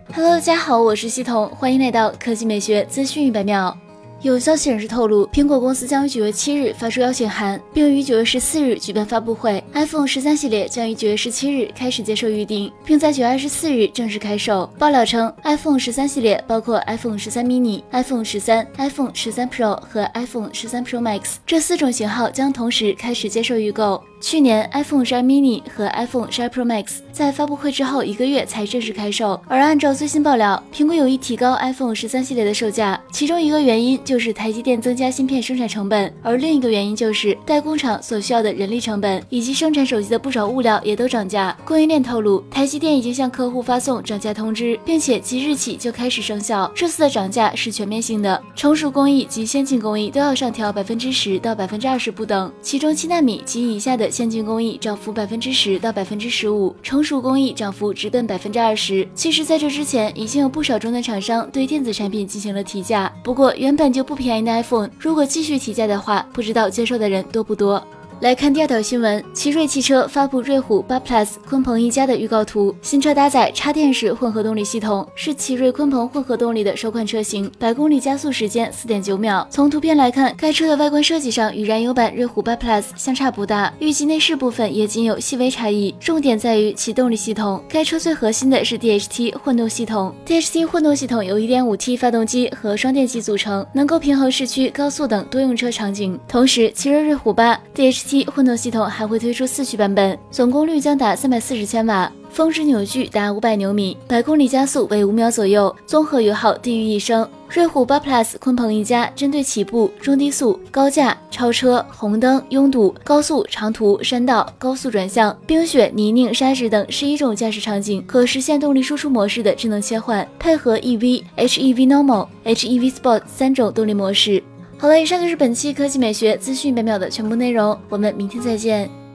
Hello， 大家好，我是系统，欢迎来到科技美学资讯100秒。有消息人士透露，苹果公司将于9月7日发出邀请函，并于9月14日举办发布会。iPhone 13系列将于9月17日开始接受预定，并在9月24日正式开售。爆料称 ，iPhone 13系列包括 iPhone 13 mini、iPhone 13、iPhone 13 Pro 和 iPhone 13 Pro Max 这4种型号将同时开始接受预购。去年 iPhone 12 mini 和 iPhone 12 Pro Max 在发布会之后1个月才正式开售，而按照最新爆料，苹果有意提高 iPhone 13系列的售价，其中一个原因就是台积电增加芯片生产成本，而另一个原因就是代工厂所需要的人力成本以及生产手机的不少物料也都涨价。供应链透露，台积电已经向客户发送涨价通知，并且即日起就开始生效。这次的涨价是全面性的，成熟工艺及先进工艺都要上调10%到20%不等，其中7纳米及以下的先进工艺涨幅10%到15%，成熟工艺涨幅直奔20%。其实在这之前，已经有不少终端厂商对电子产品进行了提价，不过原本就不便宜的 iPhone， 如果继续提价的话，不知道接受的人多不多。来看第二条新闻，奇瑞汽车发布瑞虎8 Plus 鲲鹏一加的预告图。新车搭载插电式混合动力系统，是奇瑞鲲鹏混合动力的首款车型，100公里加速时间4.9秒。从图片来看，该车的外观设计上与燃油版瑞虎8 Plus 相差不大，预计内饰部分也仅有细微差异，重点在于其动力系统。该车最核心的是 DHT 混动系统。DHT 混动系统由 1.5T 发动机和双电机组成，能够平衡市区、高速等多用车场景。同时，奇瑞瑞虎8 DHT混动系统还会推出4驱版本，总功率将达340千瓦，峰值扭矩达500牛米，100公里加速为5秒左右，综合油耗低于1升。瑞虎8 Plus 鲲鹏一加针对起步、中低速、高架、超车、红灯、拥堵、高速、长途、山道、高速转向、冰雪、泥泞、沙石等11种驾驶场景，可实现动力输出模式的智能切换，配合 EV、HEV Normal、HEV Sport 3种动力模式。好了，以上就是本期科技美学资讯100秒的全部内容，我们明天再见。